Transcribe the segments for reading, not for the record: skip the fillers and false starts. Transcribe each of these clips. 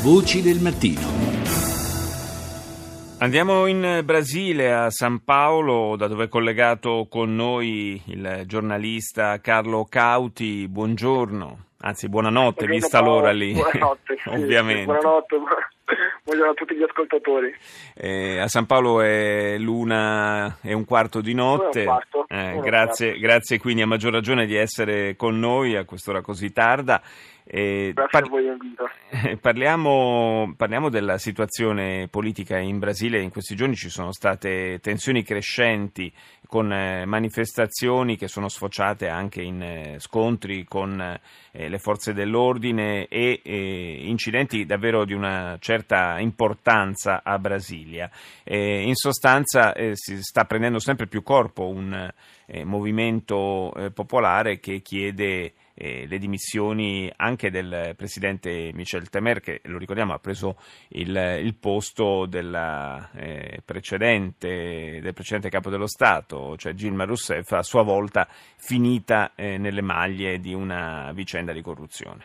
Voci del mattino. Andiamo in Brasile, a San Paolo, da dove è collegato con noi il giornalista Carlo Cauti. Buongiorno, anzi buonanotte, Buongiorno, vista l'ora lì. Buonanotte, ovviamente. Sì, buonanotte, buongiorno a tutti gli ascoltatori. A San Paolo è l'1:15 di notte. Grazie quindi a maggior ragione di essere con noi a quest'ora così tarda. Grazie a voi dell'invito. Parliamo della situazione politica in Brasile. In questi giorni ci sono state tensioni crescenti con manifestazioni che sono sfociate anche in scontri con le forze dell'ordine e incidenti davvero di una certa importanza a Brasilia. In sostanza si sta prendendo sempre più corpo un movimento popolare che chiede le dimissioni anche del presidente Michel Temer, che lo ricordiamo ha preso il posto del precedente capo dello Stato, cioè Dilma Rousseff, a sua volta finita nelle maglie di una vicenda di corruzione.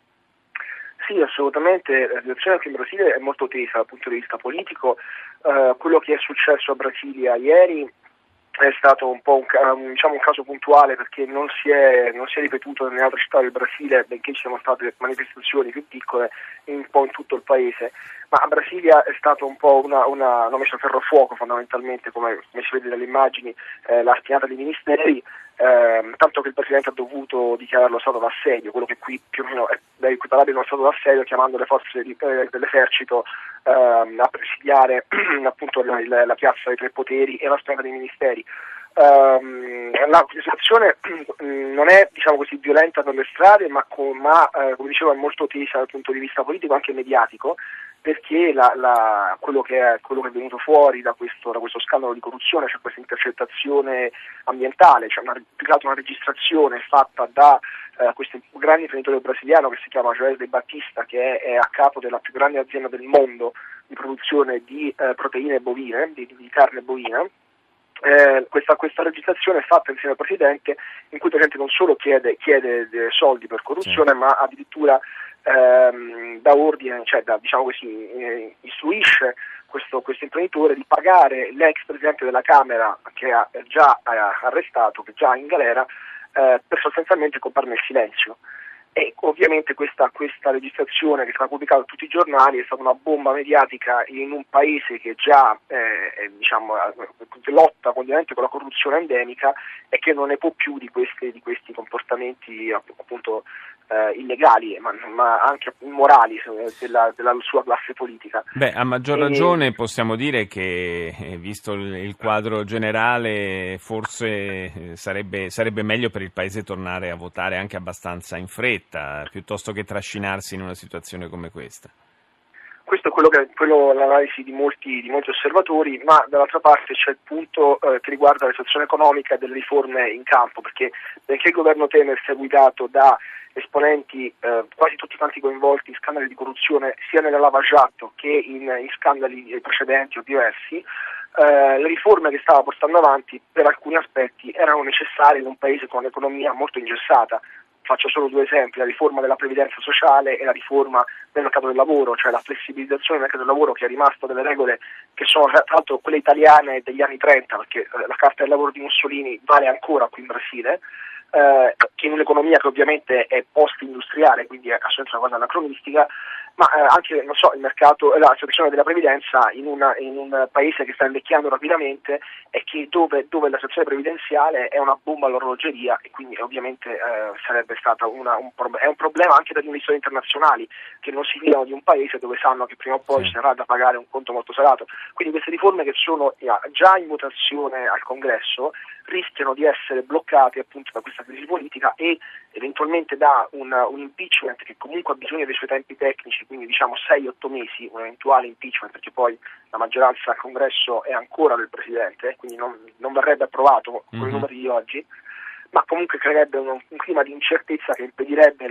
Sì, assolutamente, la situazione anche in Brasile è molto tesa dal punto di vista politico. Quello che è successo a Brasilia ieri è stato un po' un caso puntuale, perché non si è ripetuto nelle altre città del Brasile, benché ci siano state manifestazioni più piccole un po' in tutto il paese. Ma a Brasilia è stato un po' una messa a ferro a fuoco, fondamentalmente, come si vede dalle immagini, la schianata dei ministeri, tanto che il Presidente ha dovuto dichiarare lo stato d'assedio, quello che qui più o meno è equiparabile a uno stato d'assedio, chiamando le forze dell'esercito a presidiare appunto la piazza dei Tre Poteri e la schianata dei ministeri. La situazione non è, così, violenta per le strade, ma come dicevo è molto tesa dal punto di vista politico, anche mediatico, perché quello che è venuto fuori da questo scandalo di corruzione, cioè questa intercettazione ambientale, cioè più che altro una registrazione fatta da questo grande imprenditore brasiliano che si chiama Joel de Batista, che è a capo della più grande azienda del mondo di produzione di proteine bovine, di carne bovina. Questa registrazione è fatta insieme al Presidente, in cui il Presidente non solo chiede soldi per corruzione, ma addirittura dà ordine, istruisce questo imprenditore di pagare l'ex Presidente della Camera, che ha già arrestato, che è già in galera, per sostanzialmente comprarne il silenzio. E ovviamente questa registrazione, che è stata pubblicata da tutti i giornali, è stata una bomba mediatica in un paese che già lotta continuamente con la corruzione endemica e che non ne può più di questi comportamenti appunto illegali, ma anche immorali della sua classe politica. A maggior ragione possiamo dire che, visto il quadro generale, forse sarebbe meglio per il Paese tornare a votare anche abbastanza in fretta, piuttosto che trascinarsi in una situazione come questa. Questo è quello l'analisi di molti osservatori, ma dall'altra parte c'è il punto che riguarda la situazione economica e delle riforme in campo, perché il governo Temer sia guidato da esponenti quasi tutti quanti coinvolti in scandali di corruzione, sia nella Lava Jato che in scandali precedenti o diversi, le riforme che stava portando avanti per alcuni aspetti erano necessarie in un paese con un'economia molto ingessata. Faccio solo due esempi: la riforma della previdenza sociale e la riforma del mercato del lavoro, cioè la flessibilizzazione del mercato del lavoro, che è rimasto delle regole che sono tra l'altro quelle italiane degli anni 30, perché la carta del lavoro di Mussolini vale ancora qui in Brasile, che in un'economia che ovviamente è post-industriale, quindi è assolutamente una cosa anacronistica, ma anche il mercato, la situazione della previdenza in un paese che sta invecchiando rapidamente e che dove la situazione previdenziale è una bomba all'orologeria, e quindi ovviamente sarebbe stata è un problema anche per gli investitori internazionali, che non si fidano di un paese dove sanno che prima o poi ci sarà da pagare un conto molto salato. Quindi queste riforme, che sono già in votazione al Congresso, rischiano di essere bloccate appunto da questa crisi politica e eventualmente da un impeachment che comunque ha bisogno dei suoi tempi tecnici, quindi 6-8 mesi, un eventuale impeachment, perché poi la maggioranza al Congresso è ancora del Presidente, quindi non verrebbe approvato con i numeri di oggi, ma comunque creerebbe un clima di incertezza che impedirebbe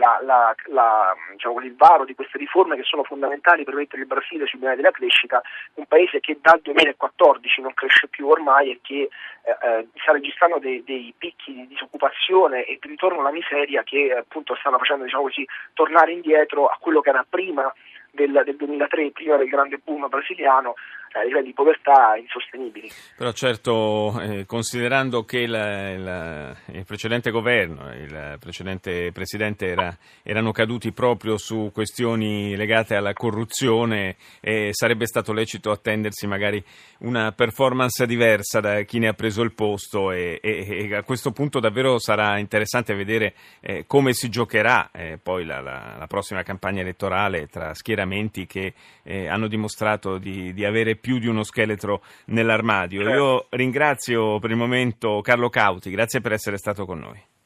il varo di queste riforme, che sono fondamentali per mettere il Brasile sui binari della crescita, un paese che dal 2014 non cresce più ormai e che sta registrando dei picchi di disoccupazione e di ritorno alla miseria che appunto stanno facendo tornare indietro a quello che era prima del 2003, prima del grande boom brasiliano, a livelli di povertà insostenibili. Però certo, considerando che il precedente governo, il precedente presidente erano caduti proprio su questioni legate alla corruzione, sarebbe stato lecito attendersi magari una performance diversa da chi ne ha preso il posto e a questo punto davvero sarà interessante vedere come si giocherà poi la prossima campagna elettorale tra schieramenti che hanno dimostrato di avere più di uno scheletro nell'armadio. Io ringrazio per il momento Carlo Cauti, grazie per essere stato con noi.